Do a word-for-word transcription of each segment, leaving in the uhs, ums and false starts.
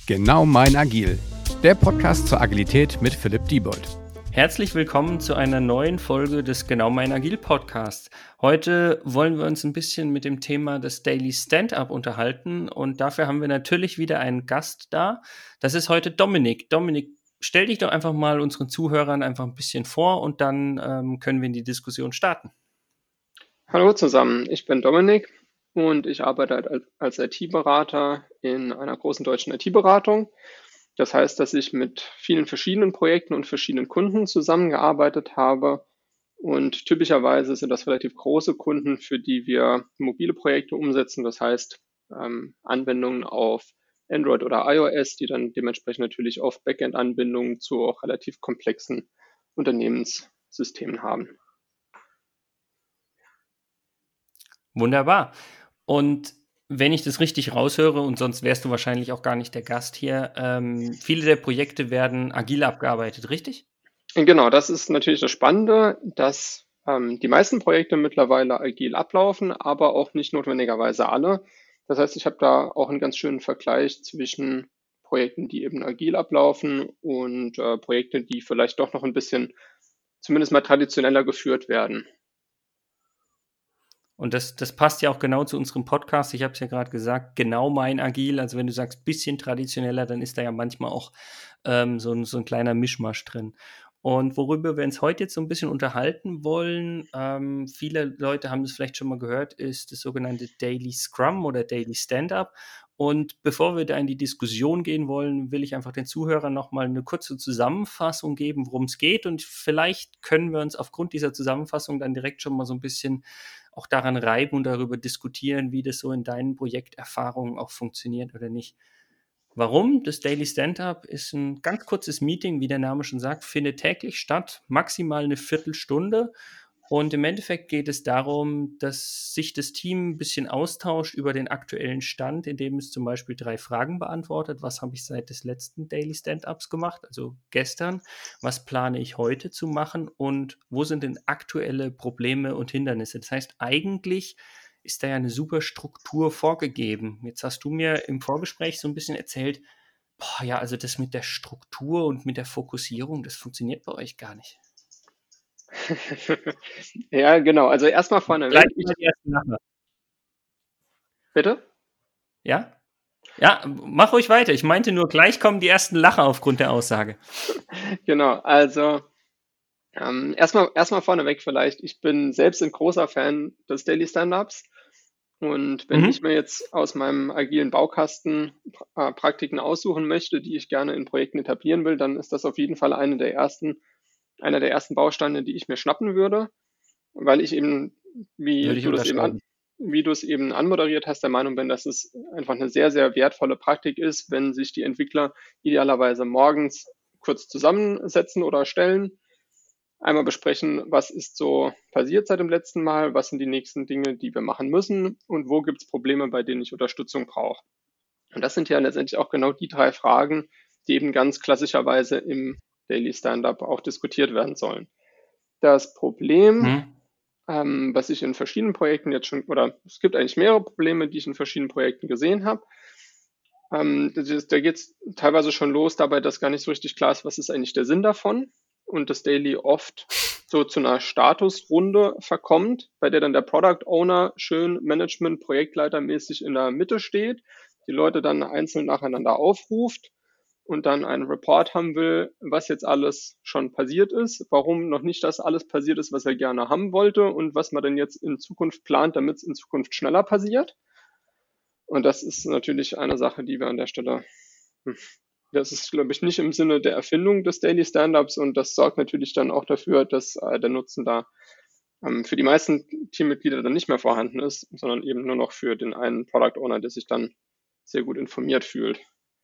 Genau mein Agil, der Podcast zur Agilität mit Philipp Diebold. Herzlich willkommen zu einer neuen Folge des Genau mein Agil Podcasts. Heute wollen wir uns ein bisschen mit dem Thema des Daily Stand-up unterhalten und dafür haben wir natürlich wieder einen Gast da. Das ist heute Dominik. Dominik, stell dich doch einfach mal unseren Zuhörern einfach ein bisschen vor und dann ähm, können wir in die Diskussion starten. Hallo zusammen, ich bin Dominik und ich arbeite als, als I T-Berater in einer großen deutschen I T-Beratung. Das heißt, dass ich mit vielen verschiedenen Projekten und verschiedenen Kunden zusammengearbeitet habe und typischerweise sind das relativ große Kunden, für die wir mobile Projekte umsetzen. Das heißt, ähm, Anwendungen auf Android oder iOS, die dann dementsprechend natürlich oft Backend-Anbindungen zu auch relativ komplexen Unternehmenssystemen haben. Wunderbar. Und wenn ich das richtig raushöre, und sonst wärst du wahrscheinlich auch gar nicht der Gast hier, ähm, viele der Projekte werden agil abgearbeitet, richtig? Genau, das ist natürlich das Spannende, dass ähm, die meisten Projekte mittlerweile agil ablaufen, aber auch nicht notwendigerweise alle. Das heißt, ich habe da auch einen ganz schönen Vergleich zwischen Projekten, die eben agil ablaufen und äh, Projekte, die vielleicht doch noch ein bisschen zumindest mal traditioneller geführt werden. Und das, das passt ja auch genau zu unserem Podcast. Ich habe es ja gerade gesagt, genau mein Agil. Also wenn du sagst, bisschen traditioneller, dann ist da ja manchmal auch ähm, so, ein, so ein kleiner Mischmasch drin. Und worüber wir uns heute jetzt so ein bisschen unterhalten wollen, ähm, viele Leute haben das vielleicht schon mal gehört, ist das sogenannte Daily Scrum oder Daily Stand-up. Und bevor wir da in die Diskussion gehen wollen, will ich einfach den Zuhörern nochmal eine kurze Zusammenfassung geben, worum es geht. Und vielleicht können wir uns aufgrund dieser Zusammenfassung dann direkt schon mal so ein bisschen auch daran reiben und darüber diskutieren, wie das so in deinen Projekterfahrungen auch funktioniert oder nicht. Warum? Das Daily Stand-up ist ein ganz kurzes Meeting, wie der Name schon sagt, findet täglich statt, maximal eine Viertelstunde. Und im Endeffekt geht es darum, dass sich das Team ein bisschen austauscht über den aktuellen Stand, indem es zum Beispiel drei Fragen beantwortet. Was habe ich seit des letzten Daily Stand-ups gemacht, also gestern? Was plane ich heute zu machen? Und wo sind denn aktuelle Probleme und Hindernisse? Das heißt, eigentlich ist da ja eine super Struktur vorgegeben. Jetzt hast du mir im Vorgespräch so ein bisschen erzählt, boah, ja, also das mit der Struktur und mit der Fokussierung, das funktioniert bei euch gar nicht. Ja, genau. Also erstmal vorneweg. Gleich mal die ersten Lacher. Bitte? Ja? Ja, mach ruhig weiter. Ich meinte nur, gleich kommen die ersten Lacher aufgrund der Aussage. Genau, also ähm, erstmal erstmal vorneweg vielleicht. Ich bin selbst ein großer Fan des Daily Stand-ups. Und wenn Mhm. ich mir jetzt aus meinem agilen Baukasten äh, Praktiken aussuchen möchte, die ich gerne in Projekten etablieren will, dann ist das auf jeden Fall eine der ersten, einer der ersten Bausteine, die ich mir schnappen würde, weil ich eben, wie Würde ich du das eben an, unterschreiben. wie du es eben anmoderiert hast, der Meinung bin, dass es einfach eine sehr, sehr wertvolle Praktik ist, wenn sich die Entwickler idealerweise morgens kurz zusammensetzen oder stellen, einmal besprechen, was ist so passiert seit dem letzten Mal, was sind die nächsten Dinge, die wir machen müssen und wo gibt es Probleme, bei denen ich Unterstützung brauche. Und das sind ja letztendlich auch genau die drei Fragen, die eben ganz klassischerweise im Daily Stand-up auch diskutiert werden sollen. Das Problem, Mhm. ähm, was ich in verschiedenen Projekten jetzt schon, oder es gibt eigentlich mehrere Probleme, die ich in verschiedenen Projekten gesehen habe. Ähm, das ist, da geht es teilweise schon los dabei, dass gar nicht so richtig klar ist, was ist eigentlich der Sinn davon und das Daily oft so zu einer Statusrunde verkommt, bei der dann der Product Owner schön Management, Projektleitermäßig in der Mitte steht, die Leute dann einzeln nacheinander aufruft und dann einen Report haben will, was jetzt alles schon passiert ist, warum noch nicht das alles passiert ist, was er gerne haben wollte und was man denn jetzt in Zukunft plant, damit es in Zukunft schneller passiert. Und das ist natürlich eine Sache, die wir an der Stelle, das ist, glaube ich, nicht im Sinne der Erfindung des Daily Stand-ups und das sorgt natürlich dann auch dafür, dass äh, der Nutzen da ähm, für die meisten Teammitglieder dann nicht mehr vorhanden ist, sondern eben nur noch für den einen Product Owner, der sich dann sehr gut informiert fühlt.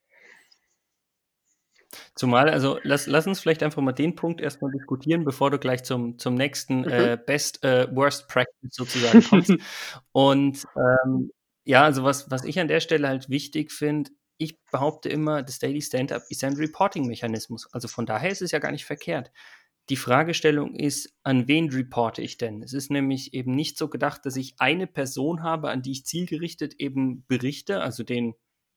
Zumal, also lass, lass uns vielleicht einfach mal den Punkt erstmal diskutieren, bevor du gleich zum, zum nächsten Mhm. äh, Best äh, Worst Practice sozusagen kommst. Und ähm, ja, also was, was ich an der Stelle halt wichtig finde, ich behaupte immer, das Daily Stand-up ist ein Reporting-Mechanismus. Also von daher ist es ja gar nicht verkehrt. Die Fragestellung ist, an wen reporte ich denn? Es ist nämlich eben nicht so gedacht, dass ich eine Person habe, an die ich zielgerichtet eben berichte, also den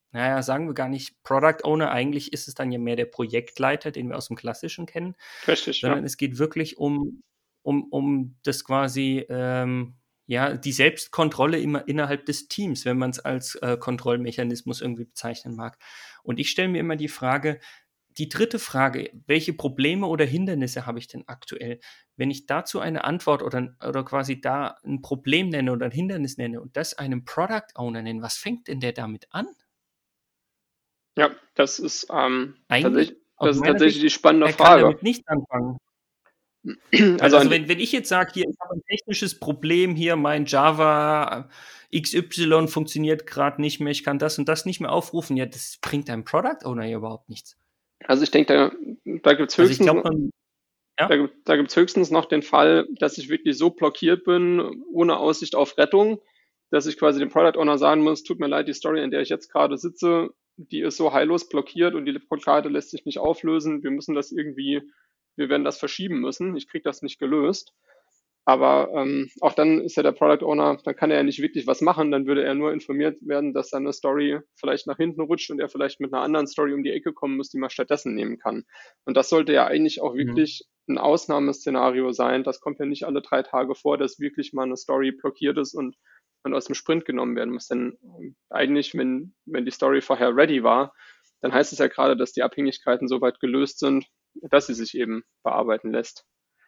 naja, sagen wir gar nicht Product Owner, eigentlich ist es dann ja mehr der Projektleiter, den wir aus dem Klassischen kennen, Richtig, sondern ja. es geht wirklich um, um, um das quasi, ähm, ja, die Selbstkontrolle immer innerhalb des Teams, wenn man es als äh, Kontrollmechanismus irgendwie bezeichnen mag. Und ich stelle mir immer die Frage, die dritte Frage, welche Probleme oder Hindernisse habe ich denn aktuell? Wenn ich dazu eine Antwort oder, oder quasi da ein Problem nenne oder ein Hindernis nenne und das einem Product Owner nenne, was fängt denn der damit an? Ja, das ist, ähm, Eigentlich, tatsächlich, aus das ist meiner tatsächlich Sicht, die spannende er kann Frage. damit nichts anfangen. Weil Also also an, wenn, wenn ich jetzt sage, hier, ich habe ein technisches Problem, hier mein Java X Y funktioniert gerade nicht mehr, ich kann das und das nicht mehr aufrufen, ja, das bringt einem Product Owner ja überhaupt nichts. also ich denke, da, da gibt es Also ich höchstens, glaube, man, ja, da, gibt- da gibt's höchstens noch den Fall, dass ich wirklich so blockiert bin, ohne Aussicht auf Rettung, dass ich quasi dem Product Owner sagen muss, tut mir leid, die Story, in der ich jetzt gerade sitze, die ist so heillos blockiert und die Blockade lässt sich nicht auflösen. Wir müssen das irgendwie, wir werden das verschieben müssen. Ich kriege das nicht gelöst. Aber ähm, auch dann ist ja der Product Owner, dann kann er ja nicht wirklich was machen, dann würde er nur informiert werden, dass seine Story vielleicht nach hinten rutscht und er vielleicht mit einer anderen Story um die Ecke kommen muss, die man stattdessen nehmen kann. Und das sollte ja eigentlich auch mhm. wirklich ein Ausnahmeszenario sein. Das kommt ja nicht alle drei Tage vor, dass wirklich mal eine Story blockiert ist und, und aus dem Sprint genommen werden muss. Denn ähm, eigentlich, wenn, wenn die Story vorher ready war, dann heißt es ja gerade, dass die Abhängigkeiten so weit gelöst sind, dass sie sich eben bearbeiten lässt.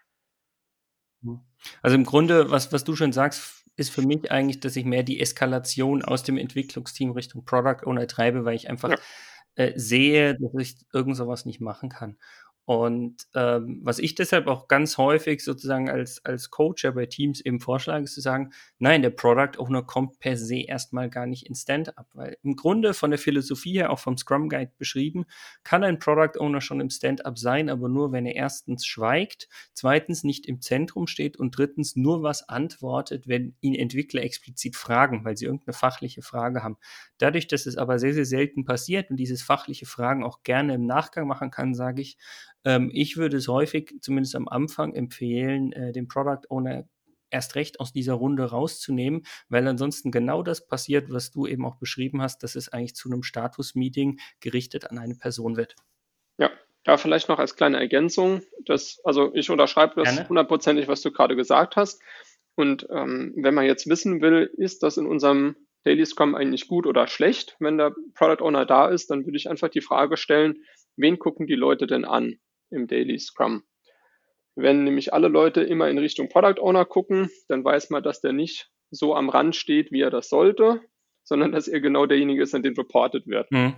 Also im Grunde, was, was du schon sagst, ist für mich eigentlich, dass ich mehr die Eskalation aus dem Entwicklungsteam Richtung Product Owner treibe, weil ich einfach Ja. äh, sehe, dass ich irgend sowas nicht machen kann. Und ähm, was ich deshalb auch ganz häufig sozusagen als, als Coach ja bei Teams eben vorschlage, ist zu sagen, nein, der Product Owner kommt per se erstmal gar nicht in Stand-up, weil im Grunde von der Philosophie her, auch vom Scrum Guide beschrieben, kann ein Product Owner schon im Stand-up sein, aber nur, wenn er erstens schweigt, zweitens nicht im Zentrum steht und drittens nur was antwortet, wenn ihn Entwickler explizit fragen, weil sie irgendeine fachliche Frage haben. Dadurch, dass es aber sehr, sehr selten passiert und dieses fachliche Fragen auch gerne im Nachgang machen kann, sage ich, ähm, ich würde es häufig, zumindest am Anfang, empfehlen, äh, den Product Owner erst recht aus dieser Runde rauszunehmen, weil ansonsten genau das passiert, was du eben auch beschrieben hast, dass es eigentlich zu einem Status-Meeting gerichtet an eine Person wird. Ja, da vielleicht noch als kleine Ergänzung, dass, also ich unterschreibe das Gerne. hundertprozentig, was du gerade gesagt hast. Und ähm, wenn man jetzt wissen will, ist das in unserem Daily Scrum eigentlich gut oder schlecht, wenn der Product Owner da ist, dann würde ich einfach die Frage stellen, wen gucken die Leute denn an im Daily Scrum? Wenn nämlich alle Leute immer in Richtung Product Owner gucken, dann weiß man, dass der nicht so am Rand steht, wie er das sollte, sondern dass er genau derjenige ist, an den reported wird. Mhm.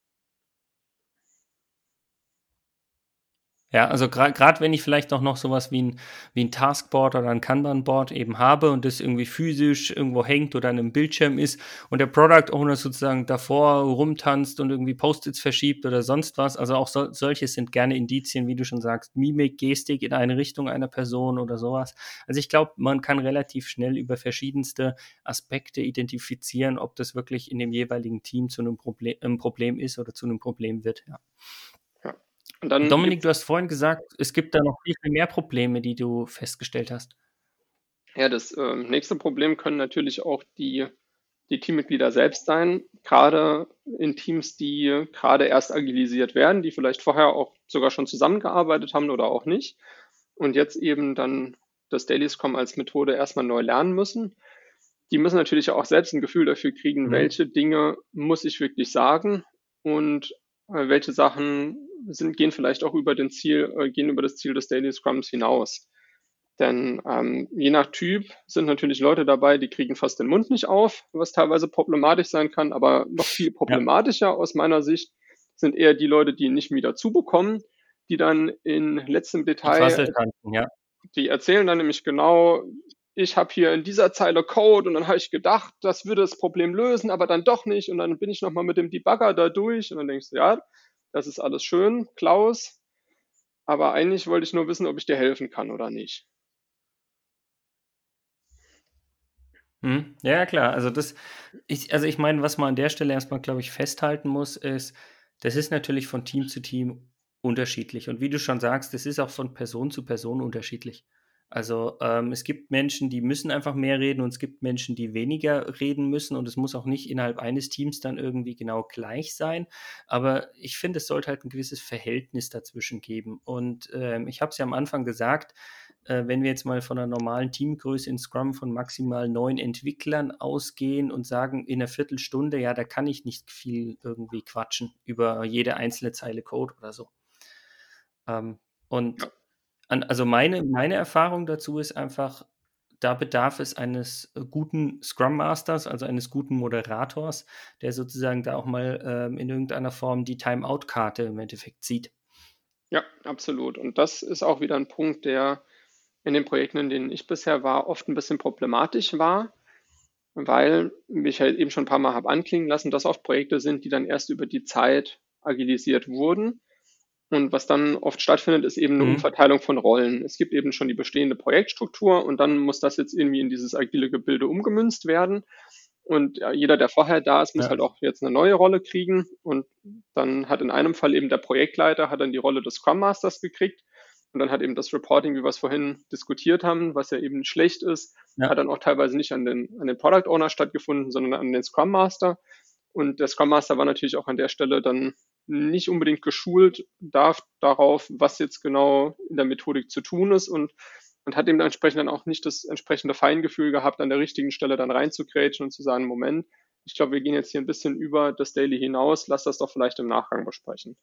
Ja, also gerade wenn ich vielleicht auch noch sowas wie ein, wie ein Taskboard oder ein Kanban-Board eben habe und das irgendwie physisch irgendwo hängt oder an einem Bildschirm ist und der Product Owner sozusagen davor rumtanzt und irgendwie Post-its verschiebt oder sonst was, also auch so, solches sind gerne Indizien, wie du schon sagst, Mimik, Gestik in eine Richtung einer Person oder sowas. Also ich glaube, man kann relativ schnell über verschiedenste Aspekte identifizieren, ob das wirklich in dem jeweiligen Team zu einem Problem, ein Problem ist oder zu einem Problem wird, ja. Und dann Dominik, gibt's, du hast vorhin gesagt, es gibt da noch viel, viel mehr Probleme, die du festgestellt hast. ja, das äh, nächste Problem können natürlich auch die, die Teammitglieder selbst sein, gerade in Teams, die gerade erst agilisiert werden, die vielleicht vorher auch sogar schon zusammengearbeitet haben oder auch nicht und jetzt eben dann das Daily Scrum als Methode erstmal neu lernen müssen. Die müssen natürlich auch selbst ein Gefühl dafür kriegen, Mhm. welche Dinge muss ich wirklich sagen und äh, welche Sachen sind, gehen vielleicht auch über den Ziel, äh, gehen über das Ziel des Daily Scrums hinaus. Denn ähm, je nach Typ sind natürlich Leute dabei, die kriegen fast den Mund nicht auf, was teilweise problematisch sein kann, aber noch viel problematischer aus meiner Sicht sind eher die Leute, die nicht wieder zubekommen, die dann in letztem Die Detail, Quasseltanten, ja. die erzählen dann nämlich genau, ich habe hier in dieser Zeile Code und dann habe ich gedacht, das würde das Problem lösen, aber dann doch nicht und dann bin ich nochmal mit dem Debugger da durch und dann denkst du, ja, das ist alles schön, Klaus, aber eigentlich wollte ich nur wissen, ob ich dir helfen kann oder nicht. Mhm. Ja, klar. Also das, ich, also ich meine, was man an der Stelle erstmal, glaube ich, festhalten muss, ist, das ist natürlich von Team zu Team unterschiedlich. Und wie du schon sagst, das ist auch von Person zu Person unterschiedlich. Also ähm, es gibt Menschen, die müssen einfach mehr reden und es gibt Menschen, die weniger reden müssen und es muss auch nicht innerhalb eines Teams dann irgendwie genau gleich sein. Aber ich finde, es sollte halt ein gewisses Verhältnis dazwischen geben. Und ähm, ich habe es ja am Anfang gesagt, äh, wenn wir jetzt mal von einer normalen Teamgröße in Scrum von maximal neun Entwicklern ausgehen und sagen, in einer Viertelstunde, ja, da kann ich nicht viel irgendwie quatschen über jede einzelne Zeile Code oder so. Ähm, und an, also meine, meine Erfahrung dazu ist einfach, da bedarf es eines äh, guten Scrum Masters, also eines guten Moderators, der sozusagen da auch mal ähm, in irgendeiner Form die Timeout-Karte im Endeffekt zieht. Ja, absolut. Und das ist auch wieder ein Punkt, der in den Projekten, in denen ich bisher war, oft ein bisschen problematisch war, weil, wie ich halt eben schon ein paar Mal habe anklingen lassen, das oft Projekte sind, die dann erst über die Zeit agilisiert wurden. Und was dann oft stattfindet, ist eben eine Mhm. Umverteilung von Rollen. Es gibt eben schon die bestehende Projektstruktur und dann muss das jetzt irgendwie in dieses agile Gebilde umgemünzt werden. Und ja, jeder, der vorher da ist, muss Ja. halt auch jetzt eine neue Rolle kriegen. Und dann hat in einem Fall eben der Projektleiter hat dann die Rolle des Scrum Masters gekriegt. Und dann hat eben das Reporting, wie wir es vorhin diskutiert haben, was ja eben schlecht ist, Ja. hat dann auch teilweise nicht an den, an den Product Owner stattgefunden, sondern an den Scrum Master. Und der Scrum Master war natürlich auch an der Stelle dann nicht unbedingt geschult darf darauf, was jetzt genau in der Methodik zu tun ist und, und hat dementsprechend dann auch nicht das entsprechende Feingefühl gehabt, an der richtigen Stelle dann reinzugrätschen und zu sagen, Moment, ich glaube, wir gehen jetzt hier ein bisschen über das Daily hinaus, lass das doch vielleicht im Nachgang besprechen.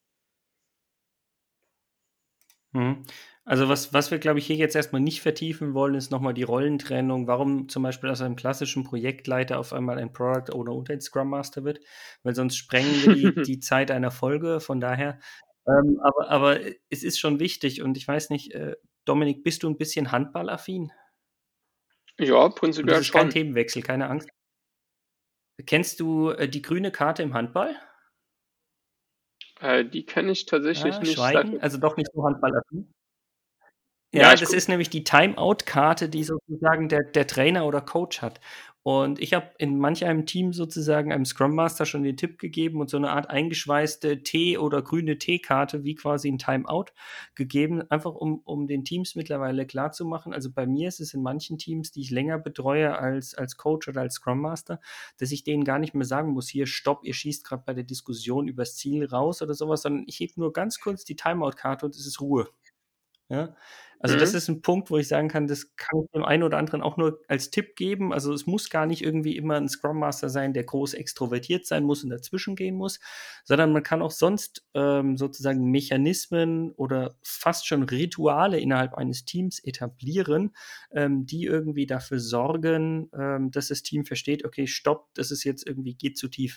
Mhm. Also was, was wir, glaube ich, hier jetzt erstmal nicht vertiefen wollen, ist nochmal die Rollentrennung, warum zum Beispiel aus einem klassischen Projektleiter auf einmal ein Product Owner und ein Scrum Master wird, weil sonst sprengen wir die, die Zeit einer Folge, von daher. Ähm, aber, aber es ist schon wichtig und ich weiß nicht, äh, Dominik, bist du ein bisschen handballaffin? Ja, Und das prinzipiell ist kein schon. Themenwechsel, keine Angst. Kennst du äh, die grüne Karte im Handball? Äh, die kenne ich tatsächlich Ah, nicht. Seit, Schweigen, also doch nicht so handballaffin. ja, Ja, ich das gucke. ist nämlich die Timeout-Karte, die sozusagen der der Trainer oder Coach hat. Und ich habe in manch einem Team sozusagen einem Scrum Master schon den Tipp gegeben und so eine Art eingeschweißte Tee oder grüne Teekarte wie quasi ein Timeout gegeben, einfach um um den Teams mittlerweile klarzumachen. Also, bei mir ist es in manchen Teams, die ich länger betreue als als Coach oder als Scrum Master, dass ich denen gar nicht mehr sagen muss: „Hier, stopp, ihr schießt gerade bei der Diskussion übers Ziel raus“ oder sowas, sondern ich hebe nur ganz kurz die Timeout-Karte und es ist Ruhe. Ja, also das Mhm. ist ein Punkt, wo ich sagen kann, das kann ich dem einen oder anderen auch nur als Tipp geben. Also, es muss gar nicht irgendwie immer ein Scrum Master sein, der groß extrovertiert sein muss und dazwischen gehen muss, sondern man kann auch sonst, ähm, sozusagen Mechanismen oder fast schon Rituale innerhalb eines Teams etablieren, ähm, die irgendwie dafür sorgen, ähm, dass das Team versteht: „Okay, stopp, das ist jetzt irgendwie geht zu tief.“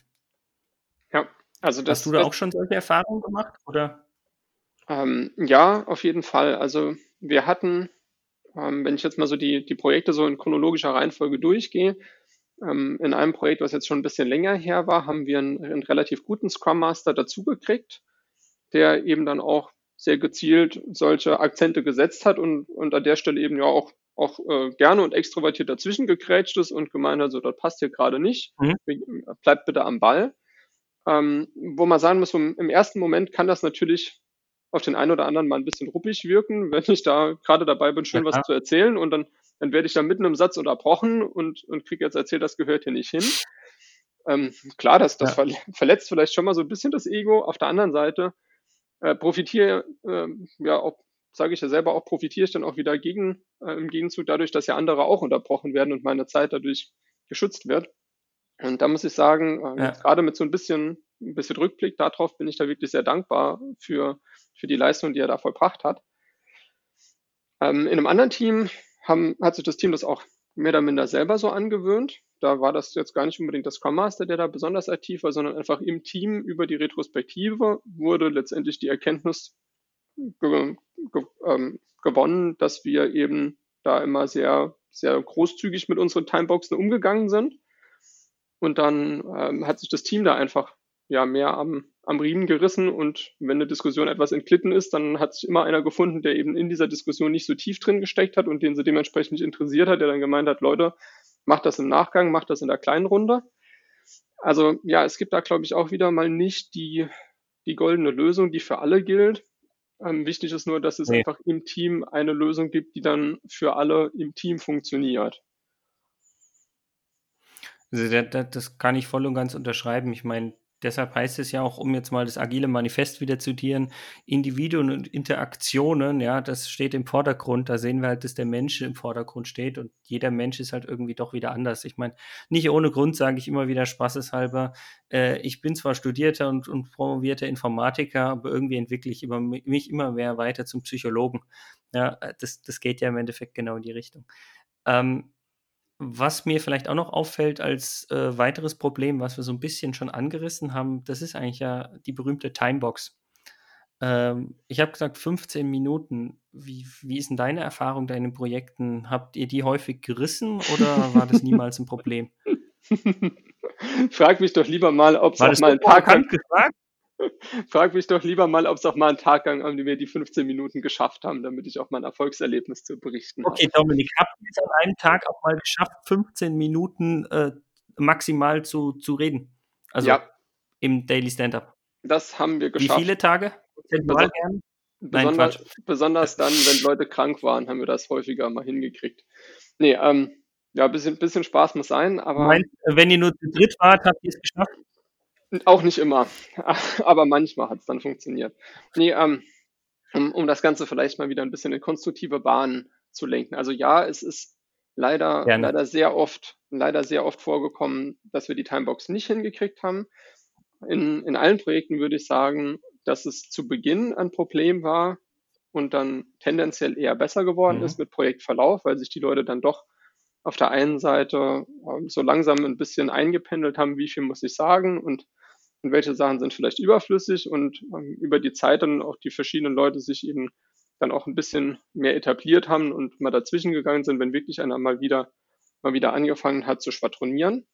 Ja, also Hast du das, da das auch schon solche Erfahrungen gemacht, oder? ähm, ja, auf jeden Fall. Also wir hatten, ähm, wenn ich jetzt mal so die, die Projekte so in chronologischer Reihenfolge durchgehe, ähm, in einem Projekt, was jetzt schon ein bisschen länger her war, haben wir einen, einen relativ guten Scrum Master dazugekriegt, der eben dann auch sehr gezielt solche Akzente gesetzt hat und, und an der Stelle eben ja auch, auch äh, gerne und extrovertiert dazwischen gegrätscht ist und gemeint hat, so, das passt hier gerade nicht, Mhm. bleibt bitte am Ball. Ähm, wo man sagen muss, im, im ersten Moment kann das natürlich auf den einen oder anderen mal ein bisschen ruppig wirken, wenn ich da gerade dabei bin, Ja schön was klar. zu erzählen und dann, dann werde ich da mitten im Satz unterbrochen und, und kriege jetzt erzählt, das gehört hier nicht hin. Ähm, klar, das, das Ja. verletzt vielleicht schon mal so ein bisschen das Ego. Auf der anderen Seite äh, profitiere, äh, ja auch, sage ich ja selber auch, profitiere ich dann auch wieder gegen, äh, im Gegenzug dadurch, dass ja andere auch unterbrochen werden und meine Zeit dadurch geschützt wird. Und da muss ich sagen, äh, jetzt Ja. gerade mit so ein bisschen, ein bisschen Rückblick darauf bin ich da wirklich sehr dankbar für, für die Leistung, die er da vollbracht hat. Ähm, in einem anderen Team haben, hat sich das Team das auch mehr oder minder selber so angewöhnt. Da war das jetzt gar nicht unbedingt der Scrum Master, der da besonders aktiv war, sondern einfach im Team über die Retrospektive wurde letztendlich die Erkenntnis ge, ge, ähm, gewonnen, dass wir eben da immer sehr, sehr großzügig mit unseren Timeboxen umgegangen sind. Und dann ähm, hat sich das Team da einfach ja mehr am, am Riemen gerissen und wenn eine Diskussion etwas entglitten ist, dann hat sich immer einer gefunden, der eben in dieser Diskussion nicht so tief drin gesteckt hat und den sie dementsprechend nicht interessiert hat, der dann gemeint hat, Leute, macht das im Nachgang, macht das in der kleinen Runde. Also ja, es gibt da, glaube ich, auch wieder mal nicht die, die goldene Lösung, die für alle gilt. Ähm, wichtig ist nur, dass es Nee. einfach im Team eine Lösung gibt, die dann für alle im Team funktioniert. Also da, da, das kann ich voll und ganz unterschreiben. Ich meine, deshalb heißt es ja auch, um jetzt mal das agile Manifest wieder zu zitieren, Individuen und Interaktionen, ja, das steht im Vordergrund. Da sehen wir halt, dass der Mensch im Vordergrund steht und jeder Mensch ist halt irgendwie doch wieder anders. Ich meine, nicht ohne Grund sage ich immer wieder spaßeshalber, äh, ich bin zwar studierter und, und promovierter Informatiker, aber irgendwie entwickle ich immer, mich immer mehr weiter zum Psychologen. Ja, das, das geht ja im Endeffekt genau in die Richtung. Ähm, Was mir vielleicht auch noch auffällt als, äh, weiteres Problem, was wir so ein bisschen schon angerissen haben, das ist eigentlich ja die berühmte Timebox. Ähm, ich habe gesagt fünfzehn Minuten. Wie wie ist 'n deine Erfahrung da in den Projekten? Habt ihr die häufig gerissen oder war das niemals 'n Problem? Frag mich doch lieber mal, ob es War auch das mal so einen Tag provokant gefragt? frag mich doch lieber mal, ob es auch mal einen Tag gang an dem wir die fünfzehn Minuten geschafft haben, damit ich auch mal ein Erfolgserlebnis zu berichten habe. Okay, Dominik, habt ihr es an einem Tag auch mal geschafft, fünfzehn Minuten, äh, maximal zu zu reden? Also, Ja, im Daily Stand-up. das haben wir Wie geschafft. viele Tage Beso prozentual gern? Nein, besonder Quatsch. besonders dann, wenn Leute krank waren, haben wir das häufiger mal hingekriegt. Ne, ähm, ja, bisschen bisschen Spaß muss sein, Du aber meinst, äh, wenn ihr nur zu dritt wart, habt ihr's geschafft? auch nicht immer. Aber manchmal hat's dann funktioniert. Ne, ähm, um um das Ganze vielleicht mal wieder ein bisschen in konstruktive Bahnen zu lenken. Also ja, es ist leider Gerne. leider sehr oft leider sehr oft vorgekommen, dass wir die Timebox nicht hingekriegt haben. In in allen Projekten würde ich sagen, dass es zu Beginn ein Problem war und dann tendenziell eher besser geworden ist Mhm. mit Projektverlauf, weil sich die Leute dann doch auf der einen Seite, ähm, so langsam ein bisschen eingependelt haben, wie viel muss ich sagen und und welche Sachen sind vielleicht überflüssig und, ähm, über die Zeit dann auch die verschiedenen Leute sich eben dann auch ein bisschen mehr etabliert haben und mal dazwischen gegangen sind, wenn wirklich einer mal wieder mal wieder angefangen hat zu schwadronieren.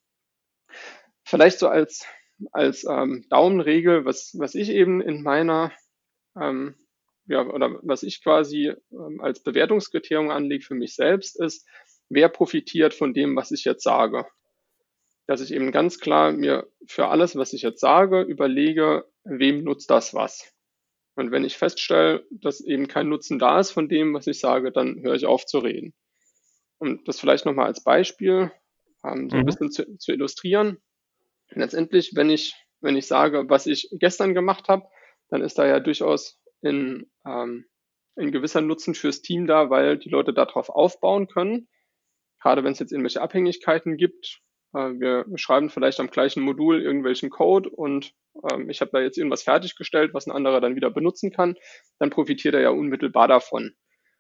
Vielleicht so als als, ähm, Daumenregel, was was ich eben in meiner, ähm ja, oder was ich quasi, ähm, als Bewertungskriterium anlege für mich selbst, ist: Wer profitiert von dem, was ich jetzt sage? Dass ich eben ganz klar mir für alles, was ich jetzt sage, überlege, wem nutzt das was? Und wenn ich feststelle, dass eben kein Nutzen da ist von dem, was ich sage, dann höre ich auf zu reden. Um das vielleicht noch mal als Beispiel, ähm, so ein Mhm. bisschen zu zu illustrieren. Letztendlich, wenn ich wenn ich sage, was ich gestern gemacht habe, dann ist da ja durchaus in, ähm, ein gewisser Nutzen fürs Team da, weil die Leute darauf aufbauen können. Gerade wenn es jetzt irgendwelche Abhängigkeiten gibt. Äh, wir schreiben vielleicht am gleichen Modul irgendwelchen Code und ähm, ich habe da jetzt irgendwas fertiggestellt, was ein anderer dann wieder benutzen kann, dann profitiert er ja unmittelbar davon.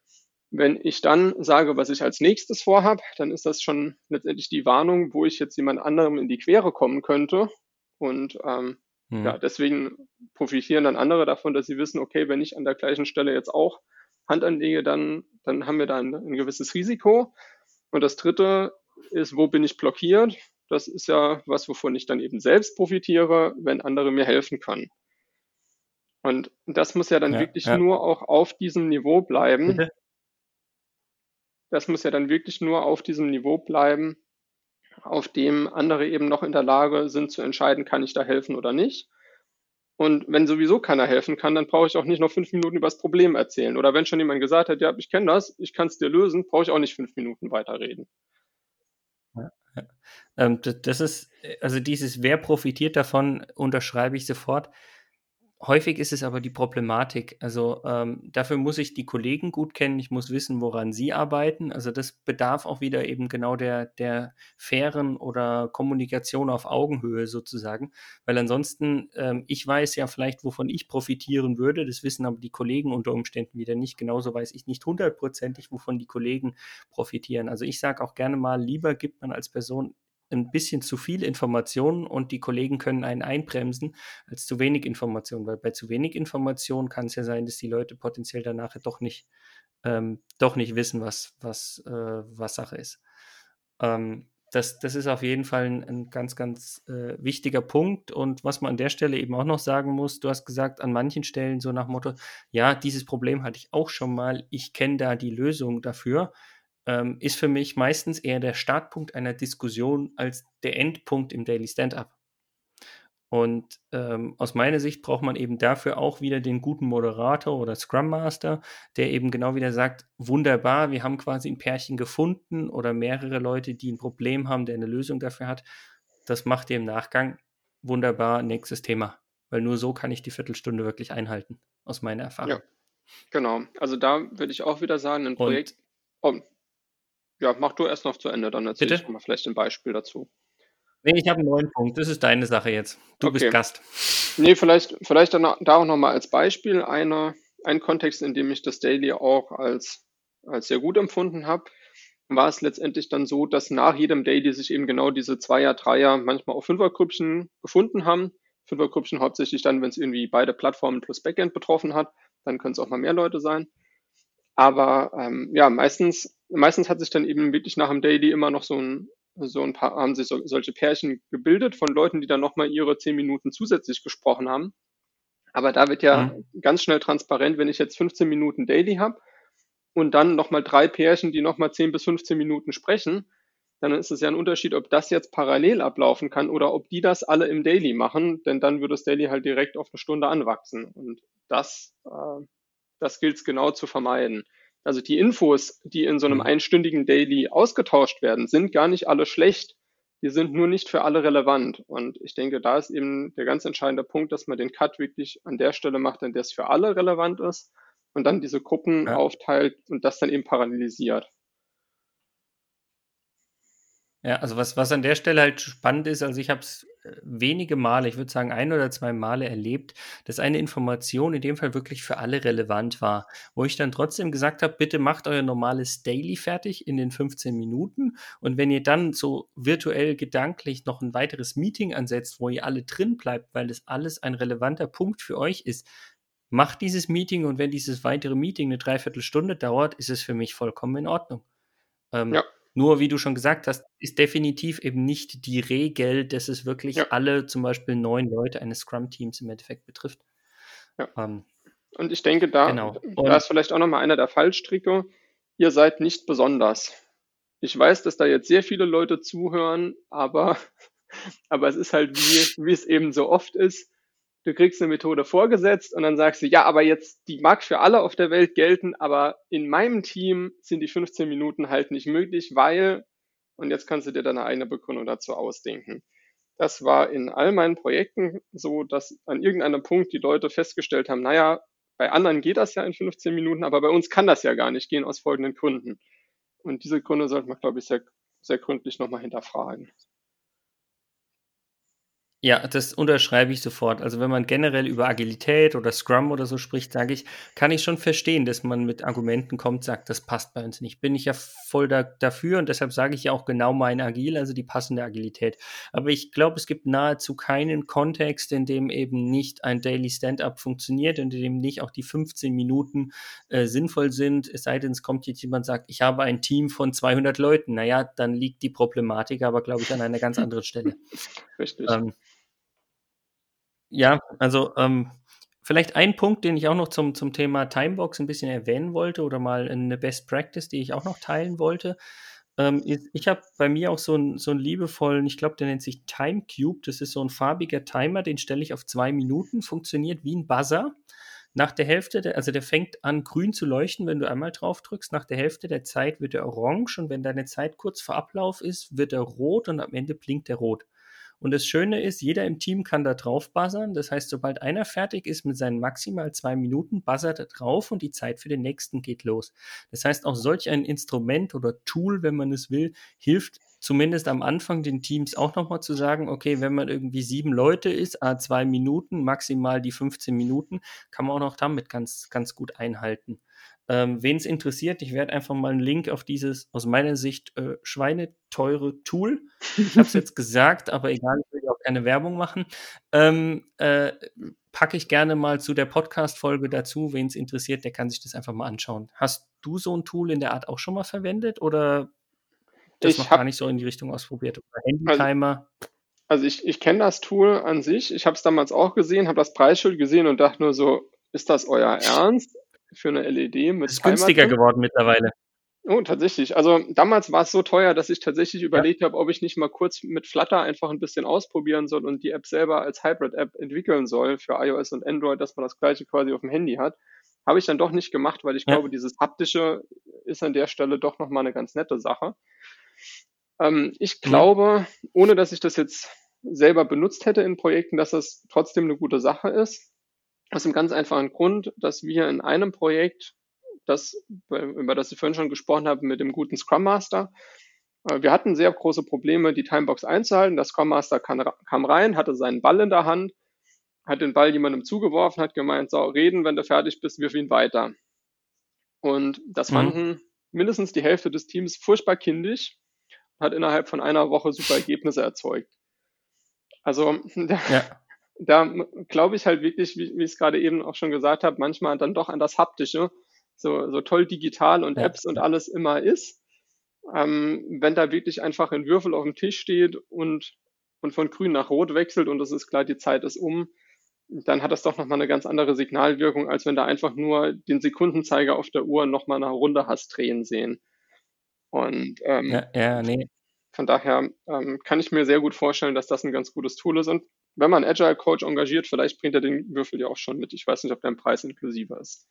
Wenn ich dann sage, was ich als nächstes vorhabe, dann ist das schon letztendlich die Warnung, wo ich jetzt jemand anderem in die Quere kommen könnte. Und ähm, ja, Mhm. deswegen profitieren dann andere davon, dass sie wissen, okay, wenn ich an der gleichen Stelle jetzt auch Hand anlege, dann, dann haben wir da ein, ein gewisses Risiko. Und das dritte ist, wo bin ich blockiert? Das ist ja was, wovon ich dann eben selbst profitiere, wenn andere mir helfen können. Und das muss ja dann Ja, wirklich ja. nur auch auf diesem Niveau bleiben, Bitte? das muss ja dann wirklich nur auf diesem Niveau bleiben, auf dem andere eben noch in der Lage sind zu entscheiden, kann ich da helfen oder nicht. Und wenn sowieso keiner helfen kann, dann brauche ich auch nicht noch fünf Minuten über das Problem erzählen. Oder wenn schon jemand gesagt hat, ja, ich kenne das, ich kann es dir lösen, brauche ich auch nicht fünf Minuten weiterreden. Ja, ja. Ähm, d das ist äh, also dieses „Wer profitiert davon“, unterschreibe ich sofort. Häufig ist es aber die Problematik. Also, ähm, dafür muss ich die Kollegen gut kennen. Ich muss wissen, woran sie arbeiten. Also, das bedarf auch wieder eben genau der der fairen oder Kommunikation auf Augenhöhe sozusagen, weil ansonsten ähm, ich weiß ja vielleicht, wovon ich profitieren würde, das wissen aber die Kollegen unter Umständen wieder nicht. Genauso weiß ich nicht hundertprozentig, wovon die Kollegen profitieren. Also, ich sage auch gerne mal, lieber gibt man als Person ein bisschen zu viel Informationen und die Kollegen können einen einbremsen, als zu wenig Information, weil bei zu wenig Information kann es ja sein, dass die Leute potenziell danach doch nicht, ähm, doch nicht wissen, was, was, äh, was Sache ist. Ähm, das, das ist auf jeden Fall ein, ein ganz, ganz äh, wichtiger Punkt. Und was man an der Stelle eben auch noch sagen muss, du hast gesagt, an manchen Stellen so nach Motto, ja, dieses Problem hatte ich auch schon mal, ich kenne da die Lösung dafür, ähm, ist für mich meistens eher der Startpunkt einer Diskussion als der Endpunkt im Daily Stand-up. Und ähm, aus meiner Sicht braucht man eben dafür auch wieder den guten Moderator oder Scrum Master, der eben genau wieder sagt, wunderbar, wir haben quasi ein Pärchen gefunden oder mehrere Leute, die ein Problem haben, der eine Lösung dafür hat. Das macht ihr im Nachgang. Wunderbar, nächstes Thema. Weil nur so kann ich die Viertelstunde wirklich einhalten, aus meiner Erfahrung. Ja, genau. Also da würde ich auch wieder sagen, ein Und Projekt. Oh, ja, mach du erst noch zu Ende, dann erzähle ich bitte? mal vielleicht ein Beispiel dazu. Nee, ich habe einen neuen Punkt. Das ist deine Sache jetzt. Du bist Okay. Gast. Nee, vielleicht, vielleicht dann da auch nochmal als Beispiel eine, ein Kontext, in dem ich das Daily auch als, als sehr gut empfunden habe, war es letztendlich dann so, dass nach jedem Daily sich eben genau diese Zweier-, Dreier-, manchmal auch Fünfergrüppchen gefunden haben. Fünfergrüppchen hauptsächlich dann, wenn es irgendwie beide Plattformen plus Backend betroffen hat, dann können es auch mal mehr Leute sein. Aber ähm, ja, meistens, meistens hat sich dann eben wirklich nach dem Daily immer noch so ein so ein paar, haben sich so, solche Pärchen gebildet von Leuten, die dann nochmal ihre zehn Minuten zusätzlich gesprochen haben. Aber da wird ja Mhm. ganz schnell transparent, wenn ich jetzt fünfzehn Minuten Daily habe und dann nochmal drei Pärchen, die nochmal zehn bis fünfzehn Minuten sprechen, dann ist es ja ein Unterschied, ob das jetzt parallel ablaufen kann oder ob die das alle im Daily machen, denn dann würde das Daily halt direkt auf eine Stunde anwachsen. Und das, äh, das gilt es genau zu vermeiden. Also die Infos, die in so einem Mhm. einstündigen Daily ausgetauscht werden, sind gar nicht alle schlecht. Die sind nur nicht für alle relevant. Und ich denke, da ist eben der ganz entscheidende Punkt, dass man den Cut wirklich an der Stelle macht, an der es für alle relevant ist und dann diese Gruppen Ja. aufteilt und das dann eben parallelisiert. Ja, also was, was an der Stelle halt spannend ist, also ich habe es wenige Male, ich würde sagen ein oder zwei Male erlebt, dass eine Information in dem Fall wirklich für alle relevant war, wo ich dann trotzdem gesagt habe, bitte macht euer normales Daily fertig in den fünfzehn Minuten und wenn ihr dann so virtuell gedanklich noch ein weiteres Meeting ansetzt, wo ihr alle drin bleibt, weil das alles ein relevanter Punkt für euch ist, macht dieses Meeting und wenn dieses weitere Meeting eine Dreiviertelstunde dauert, ist es für mich vollkommen in Ordnung. Ähm, Ja, nur, wie du schon gesagt hast, ist definitiv eben nicht die Regel, dass es wirklich ja, alle, zum Beispiel neun Leute eines Scrum-Teams im Endeffekt betrifft. ja. Ähm, Und ich denke, da, genau. da Und ist vielleicht auch nochmal einer der Fallstricke. Ihr seid nicht besonders. Ich weiß, dass da jetzt sehr viele Leute zuhören, aber, aber es ist halt wie, wie es eben so oft ist. Du kriegst eine Methode vorgesetzt und dann sagst du, ja, aber jetzt, die mag für alle auf der Welt gelten, aber in meinem Team sind die fünfzehn Minuten halt nicht möglich, weil, und jetzt kannst du dir deine eigene Begründung dazu ausdenken. Das war in all meinen Projekten so, dass an irgendeinem Punkt die Leute festgestellt haben, naja, bei anderen geht das ja in fünfzehn Minuten, aber bei uns kann das ja gar nicht gehen aus folgenden Gründen. Und diese Gründe sollte man, glaube ich, sehr, sehr gründlich nochmal hinterfragen. ja, das unterschreibe ich sofort. Also wenn man generell über Agilität oder Scrum oder so spricht, sage ich, kann ich schon verstehen, dass man mit Argumenten kommt, sagt, das passt bei uns nicht. Bin ich ja voll da, dafür und deshalb sage ich ja auch genau mein Agil, also die passende Agilität. Aber ich glaube, es gibt nahezu keinen Kontext, in dem eben nicht ein Daily Stand-up funktioniert und in dem nicht auch die fünfzehn Minuten äh, sinnvoll sind. Es sei denn, es kommt jetzt jemand und sagt, ich habe ein Team von zweihundert Leuten. Naja, dann liegt die Problematik aber, glaube ich, an einer ganz anderen Stelle. Richtig. Ähm, Ja, also ähm, vielleicht ein Punkt, den ich auch noch zum, zum Thema Timebox ein bisschen erwähnen wollte oder mal eine Best Practice, die ich auch noch teilen wollte. Ähm, ist, ich habe bei mir auch so einen so einen liebevollen, ich glaube, der nennt sich Time Cube. Das ist so ein farbiger Timer, den stelle ich auf zwei Minuten, funktioniert wie ein Buzzer. Nach der Hälfte, der, also der fängt an grün zu leuchten, wenn du einmal drauf drückst. Nach der Hälfte der Zeit wird er orange und wenn deine Zeit kurz vor Ablauf ist, wird er rot und am Ende blinkt er rot. Und das Schöne ist, jeder im Team kann da drauf buzzern. Das heißt, sobald einer fertig ist mit seinen maximal zwei Minuten, buzzert er drauf und die Zeit für den nächsten geht los. Das heißt, auch solch ein Instrument oder Tool, wenn man es will, hilft zumindest am Anfang den Teams auch nochmal zu sagen, okay, wenn man irgendwie sieben Leute ist, a zwei Minuten, maximal die fünfzehn Minuten, kann man auch noch damit ganz, ganz gut einhalten. Ähm, wen es interessiert, ich werde einfach mal einen Link auf dieses, aus meiner Sicht, äh, schweineteure Tool. Ich habe es jetzt gesagt, aber egal, ich will ja auch keine Werbung machen. Ähm, äh, packe ich gerne mal zu der Podcast-Folge dazu. Wen es interessiert, der kann sich das einfach mal anschauen. Hast du so ein Tool in der Art auch schon mal verwendet oder das Ich noch gar habe, nicht so in die Richtung ausprobiert? Oder also, Handy-Timer? also ich, ich kenne das Tool an sich. Ich habe es damals auch gesehen, habe das Preisschild gesehen und dachte nur so, ist das euer Ernst für eine L E D mit Ist Timer günstiger drin? geworden mittlerweile. Oh, tatsächlich. Also damals war es so teuer, dass ich tatsächlich Ja, überlegt habe, ob ich nicht mal kurz mit Flutter einfach ein bisschen ausprobieren soll und die App selber als Hybrid-App entwickeln soll für iOS und Android, dass man das gleiche quasi auf dem Handy hat. Habe ich dann doch nicht gemacht, weil ich ja. glaube, dieses haptische ist an der Stelle doch nochmal eine ganz nette Sache. Ähm, ich Mhm. glaube, ohne dass ich das jetzt selber benutzt hätte in Projekten, dass das trotzdem eine gute Sache ist. Aus dem ganz einfachen Grund, dass wir in einem Projekt, das, über das ich vorhin schon gesprochen habe, mit dem guten Scrum Master, äh, wir hatten sehr große Probleme, die Timebox einzuhalten. Der Scrum Master kam rein, hatte seinen Ball in der Hand, hat den Ball jemandem zugeworfen, hat gemeint, so, reden, wenn du fertig bist, wirf ihn weiter. Und das Mhm. fanden mindestens die Hälfte des Teams furchtbar kindisch, hat innerhalb von einer Woche super Ergebnisse erzeugt. Also da, Ja, da glaube ich halt wirklich, wie, wie ich es gerade eben auch schon gesagt habe, manchmal dann doch an das Haptische, so, so toll digital und ja, Apps und ja. alles immer ist. Ähm, wenn da wirklich einfach ein Würfel auf dem Tisch steht und, und von grün nach rot wechselt und es ist klar, die Zeit ist um, dann hat das doch nochmal eine ganz andere Signalwirkung, als wenn da einfach nur den Sekundenzeiger auf der Uhr nochmal eine Runde hast drehen sehen. Und ähm, Ja, ja, nee. von daher ähm, kann ich mir sehr gut vorstellen, dass das ein ganz gutes Tool ist. Und wenn man einen Agile Coach engagiert, vielleicht bringt er den Würfel ja auch schon mit. Ich weiß nicht, ob der im Preis inklusive ist.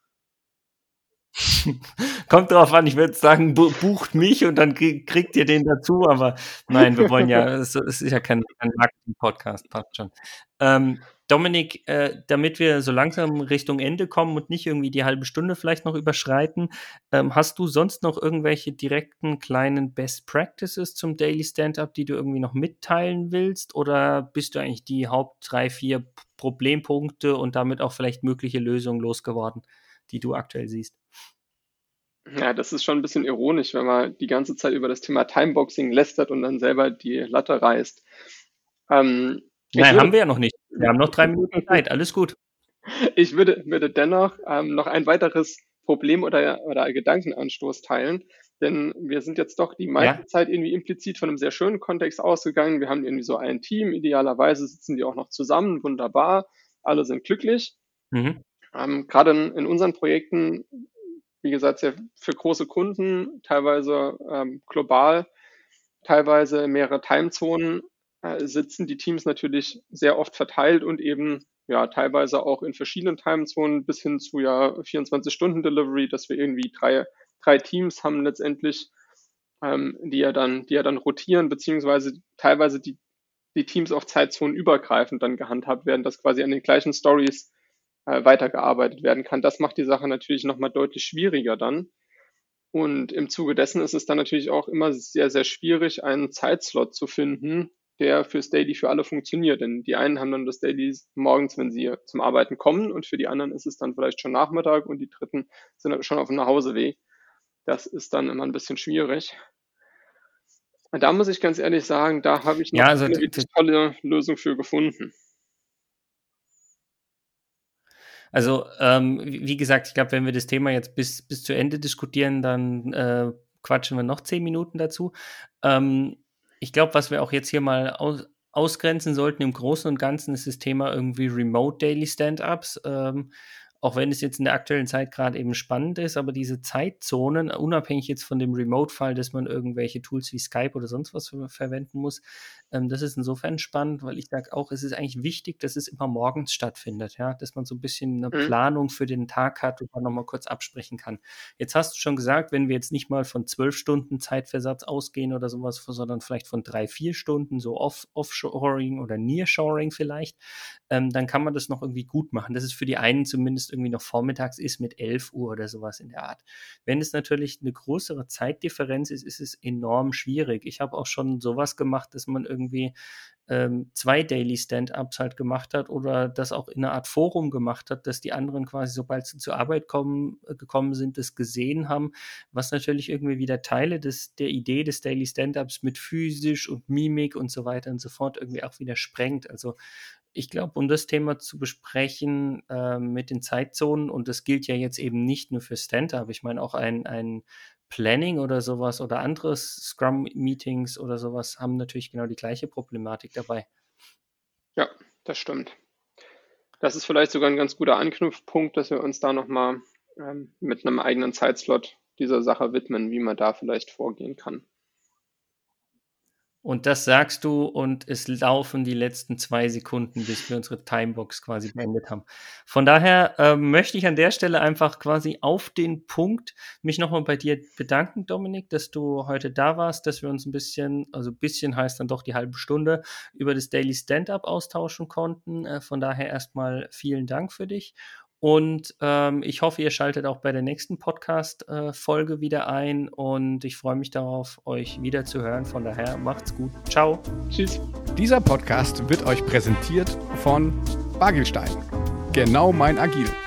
Kommt drauf an, ich würde sagen, bu bucht mich und dann krieg kriegt ihr den dazu, aber nein, wir wollen ja es es ist ja kein kein Marketing-Podcast, passt schon. Ähm, Dominik, äh, damit wir so langsam Richtung Ende kommen und nicht irgendwie die halbe Stunde vielleicht noch überschreiten, ähm, hast du sonst noch irgendwelche direkten kleinen Best Practices zum Daily Stand-up, die du irgendwie noch mitteilen willst? Oder bist du eigentlich die Haupt drei, vier P Problempunkte und damit auch vielleicht mögliche Lösungen losgeworden, die du aktuell siehst? Ja, das ist schon ein bisschen ironisch, wenn man die ganze Zeit über das Thema Timeboxing lästert und dann selber die Latte reißt. Ähm, ich Nein, haben würde, wir ja noch nicht. Wir haben noch drei Minuten Zeit, alles gut. ich würde, würde dennoch ähm, noch ein weiteres Problem oder, oder Gedankenanstoß teilen, denn wir sind jetzt doch die meiste Ja, Zeit irgendwie implizit von einem sehr schönen Kontext ausgegangen. Wir haben irgendwie so ein Team, idealerweise sitzen die auch noch zusammen, wunderbar, alle sind glücklich. mhm. Ähm, gerade in, in unseren Projekten, wie gesagt, sehr für große Kunden, teilweise ähm, global, teilweise mehrere Timezonen, äh, sitzen die Teams natürlich sehr oft verteilt und eben ja teilweise auch in verschiedenen Timezonen bis hin zu ja vierundzwanzig-Stunden-Delivery, dass wir irgendwie drei, drei Teams haben letztendlich, ähm, die ja dann, die ja dann rotieren, beziehungsweise teilweise die, die Teams auch zeitzonenübergreifend dann gehandhabt werden, dass quasi an den gleichen Stories äh, weitergearbeitet werden kann. Das macht die Sache natürlich nochmal deutlich schwieriger dann. Und im Zuge dessen ist es dann natürlich auch immer sehr, sehr schwierig, einen Zeitslot zu finden, der fürs Daily für alle funktioniert. Denn die einen haben dann das Daily morgens, wenn sie zum Arbeiten kommen, und für die anderen ist es dann vielleicht schon Nachmittag und die dritten sind dann schon auf dem Nachhauseweg. Das ist dann immer ein bisschen schwierig. Und da muss ich ganz ehrlich sagen, da habe ich noch Ja, also keine d wirklich d tolle Lösung für gefunden. also, ähm, wie wie gesagt, ich glaube, wenn wir das Thema jetzt bis bis zu Ende diskutieren, dann, äh, quatschen wir noch zehn Minuten dazu. Ähm, Ich glaube, was wir auch jetzt hier mal aus ausgrenzen sollten im Großen und Ganzen, ist das Thema irgendwie Remote Daily Stand-ups. Ähm, auch wenn es jetzt in der aktuellen Zeit gerade eben spannend ist, aber diese Zeitzonen, unabhängig jetzt von dem Remote-Fall, dass man irgendwelche Tools wie Skype oder sonst was ver verwenden muss, ähm, das ist insofern spannend, weil ich sage auch, es ist eigentlich wichtig, dass es immer morgens stattfindet, ja, dass man so ein bisschen eine Mhm. Planung für den Tag hat und man noch mal kurz absprechen kann. Jetzt hast du schon gesagt, wenn wir jetzt nicht mal von zwölf Stunden Zeitversatz ausgehen oder sowas, sondern vielleicht von drei, vier Stunden, so Off Offshoring oder Nearshoring vielleicht, ähm, dann kann man das noch irgendwie gut machen, dass es für die einen zumindest irgendwie noch vormittags ist mit elf Uhr oder sowas in der Art. Wenn es natürlich eine größere Zeitdifferenz ist, ist es enorm schwierig. Ich habe auch schon sowas gemacht, dass man irgendwie ähm, zwei Daily Stand-ups halt gemacht hat oder das auch in einer Art Forum gemacht hat, dass die anderen quasi, sobald sie zur Arbeit kommen, äh, gekommen sind, das gesehen haben, was natürlich irgendwie wieder Teile des, der Idee des Daily Stand-ups mit physisch und Mimik und so weiter und so fort irgendwie auch wieder sprengt. Also ich glaube, um das Thema zu besprechen, ähm, mit den Zeitzonen, und das gilt ja jetzt eben nicht nur für Stand-up, ich meine auch ein, ein Planning oder sowas oder andere Scrum-Meetings oder sowas haben natürlich genau die gleiche Problematik dabei. Ja, das stimmt. Das ist vielleicht sogar ein ganz guter Anknüpfpunkt, dass wir uns da nochmal ähm, mit einem eigenen Zeitslot dieser Sache widmen, wie man da vielleicht vorgehen kann. Und das sagst du und es laufen die letzten zwei Sekunden, bis wir unsere Timebox quasi beendet haben. Von daher äh, möchte ich an der Stelle einfach quasi auf den Punkt mich nochmal bei dir bedanken, Dominik, dass du heute da warst, dass wir uns ein bisschen, also ein bisschen heißt dann doch die halbe Stunde, über das Daily Stand-Up austauschen konnten. Äh, von daher erstmal vielen Dank für dich. Und ähm, ich hoffe, ihr schaltet auch bei der nächsten Podcast-Folge äh, wieder ein und ich freue mich darauf, euch wieder zu hören. Von daher macht's gut. Ciao. Tschüss. Dieser Podcast wird euch präsentiert von Bagelstein. Genau mein Agil.